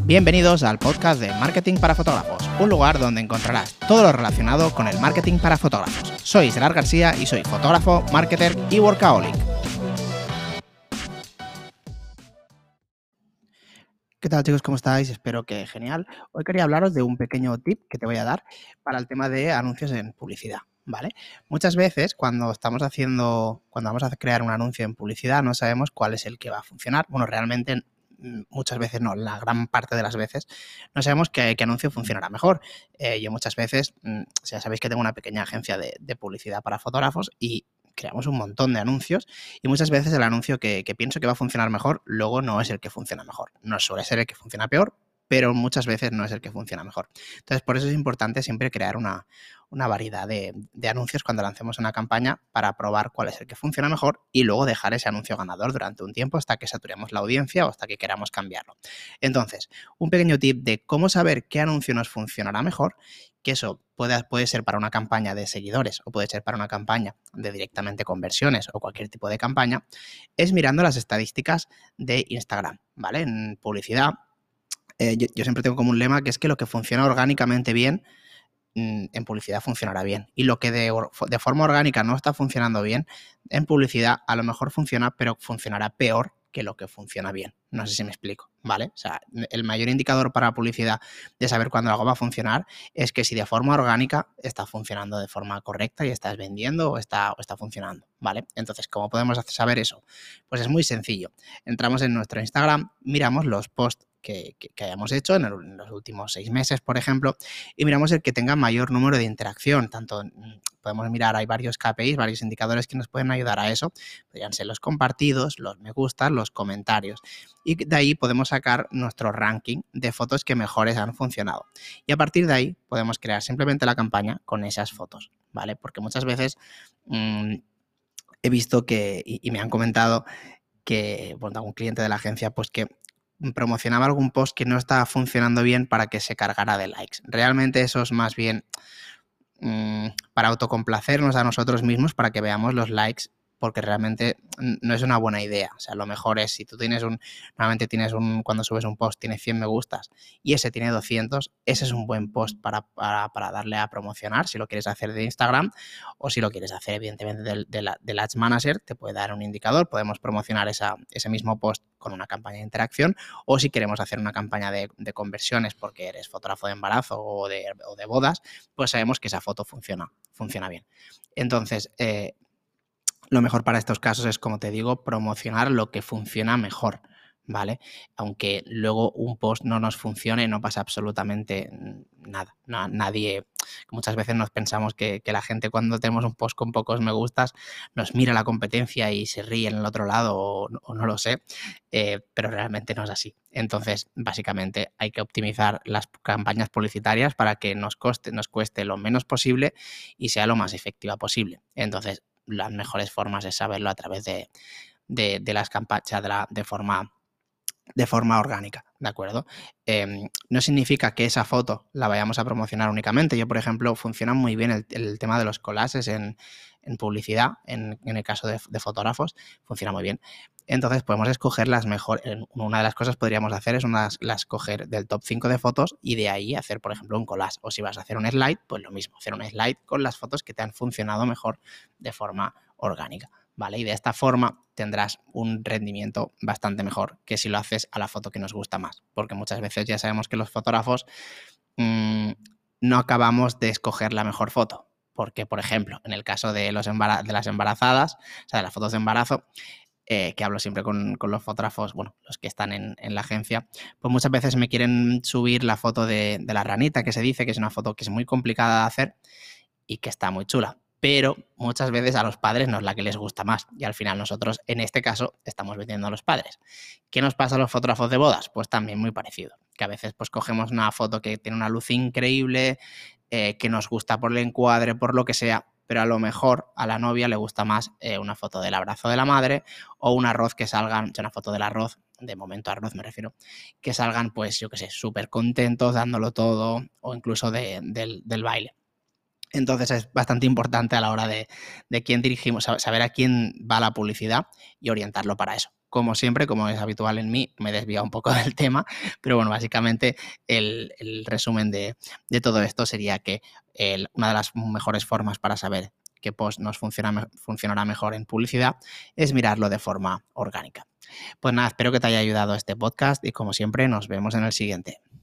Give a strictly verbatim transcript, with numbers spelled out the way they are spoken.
Bienvenidos al podcast de Marketing para Fotógrafos, un lugar donde encontrarás todo lo relacionado con el marketing para fotógrafos. Soy Gerard García y soy fotógrafo, marketer y workaholic. ¿Qué tal, chicos? ¿Cómo estáis? Espero que genial. Hoy quería hablaros de un pequeño tip que te voy a dar para el tema de anuncios en publicidad, ¿vale? Muchas veces cuando estamos haciendo, cuando vamos a crear un anuncio en publicidad no sabemos cuál es el que va a funcionar. Bueno, realmente muchas veces no, la gran parte de las veces no sabemos qué, qué anuncio funcionará mejor. Eh, yo muchas veces, ya sabéis que tengo una pequeña agencia de, de publicidad para fotógrafos y creamos un montón de anuncios y muchas veces el anuncio que, que pienso que va a funcionar mejor luego no es el que funciona mejor. No suele ser el que funciona peor, pero muchas veces no es el que funciona mejor. Entonces, por eso es importante siempre crear una, una variedad de, de anuncios cuando lancemos una campaña para probar cuál es el que funciona mejor y luego dejar ese anuncio ganador durante un tiempo hasta que saturemos la audiencia o hasta que queramos cambiarlo. Entonces, un pequeño tip de cómo saber qué anuncio nos funcionará mejor, que eso puede, puede ser para una campaña de seguidores o puede ser para una campaña de directamente conversiones o cualquier tipo de campaña, es mirando las estadísticas de Instagram, ¿vale? En publicidad, Eh, yo, yo siempre tengo como un lema que es que lo que funciona orgánicamente bien, mmm, en publicidad funcionará bien. Y lo que de, de forma orgánica no está funcionando bien, en publicidad a lo mejor funciona, pero funcionará peor que lo que funciona bien. No sé si me explico, ¿vale? O sea, el mayor indicador para publicidad de saber cuándo algo va a funcionar es que si de forma orgánica está funcionando de forma correcta y estás vendiendo o está, o está funcionando, ¿vale? Entonces, ¿cómo podemos saber eso? Pues es muy sencillo. Entramos en nuestro Instagram, miramos los posts Que, que, que hayamos hecho en, el, en los últimos seis meses, por ejemplo, y miramos el que tenga mayor número de interacción. Tanto podemos mirar, hay varios K P Is, varios indicadores que nos pueden ayudar a eso. Podrían ser los compartidos, los me gustas, los comentarios. Y de ahí podemos sacar nuestro ranking de fotos que mejores han funcionado. Y a partir de ahí podemos crear simplemente la campaña con esas fotos, ¿vale? Porque muchas veces mmm, he visto que, y, y me han comentado que, bueno, algún cliente de la agencia, pues que promocionaba algún post que no estaba funcionando bien para que se cargara de likes. Realmente eso es más bien mmm, para autocomplacernos a nosotros mismos, para que veamos los likes, porque realmente no es una buena idea. O sea, lo mejor es si tú tienes un, normalmente tienes un, cuando subes un post tienes cien me gustas y ese tiene doscientos, ese es un buen post para, para, para darle a promocionar si lo quieres hacer de Instagram o si lo quieres hacer evidentemente del, del, del Ads Manager, te puede dar un indicador, podemos promocionar esa, ese mismo post con una campaña de interacción o si queremos hacer una campaña de, de conversiones porque eres fotógrafo de embarazo o de, o de bodas, pues sabemos que esa foto funciona, funciona bien. Entonces, eh, lo mejor para estos casos es, como te digo, promocionar lo que funciona mejor, ¿vale? Aunque luego un post no nos funcione, no pasa absolutamente nada. No, nadie, muchas veces nos pensamos que, que la gente cuando tenemos un post con pocos me gustas nos mira la competencia y se ríe en el otro lado o, o no lo sé, eh, pero realmente no es así. Entonces, básicamente hay que optimizar las campañas publicitarias para que nos, coste, nos cueste lo menos posible y sea lo más efectiva posible. Entonces, las mejores formas es saberlo a través de, de, de las campañas de, la, de, forma, de forma orgánica, ¿de acuerdo? Eh, no significa que esa foto la vayamos a promocionar únicamente. Yo, por ejemplo, funciona muy bien el, el tema de los collages en, en publicidad, en, en el caso de, de fotógrafos, funciona muy bien. Entonces podemos escoger las mejores. Una de las cosas que podríamos hacer es una, las coger del top cinco de fotos y de ahí hacer, por ejemplo, un collage. O si vas a hacer un slide, pues lo mismo, hacer un slide con las fotos que te han funcionado mejor de forma orgánica, ¿vale? Y de esta forma tendrás un rendimiento bastante mejor que si lo haces a la foto que nos gusta más. Porque muchas veces ya sabemos que los fotógrafos mmm, no acabamos de escoger la mejor foto. Porque, por ejemplo, en el caso de, los embara- de las embarazadas, o sea, de las fotos de embarazo, Eh, que hablo siempre con, con los fotógrafos, bueno, los que están en, en la agencia, pues muchas veces me quieren subir la foto de, de la ranita, que se dice que es una foto que es muy complicada de hacer y que está muy chula, pero muchas veces a los padres no es la que les gusta más y al final nosotros, en este caso, estamos vendiendo a los padres. ¿Qué nos pasa a los fotógrafos de bodas? Pues también muy parecido, que a veces pues cogemos una foto que tiene una luz increíble, eh, que nos gusta por el encuadre, por lo que sea, pero a lo mejor a la novia le gusta más eh, una foto del abrazo de la madre o un arroz que salgan, una foto del arroz, de momento arroz me refiero, que salgan pues yo qué sé, súper contentos dándolo todo o incluso de, de, del baile. Entonces es bastante importante a la hora de, de quién dirigimos, saber a quién va la publicidad y orientarlo para eso. como siempre, como es habitual en mí, me he desviado un poco del tema, pero bueno, básicamente el, el resumen de, de todo esto sería que el- una de las mejores formas para saber qué post nos funciona, me- funcionará mejor en publicidad es mirarlo de forma orgánica. Pues nada, espero que te haya ayudado este podcast y como siempre nos vemos en el siguiente.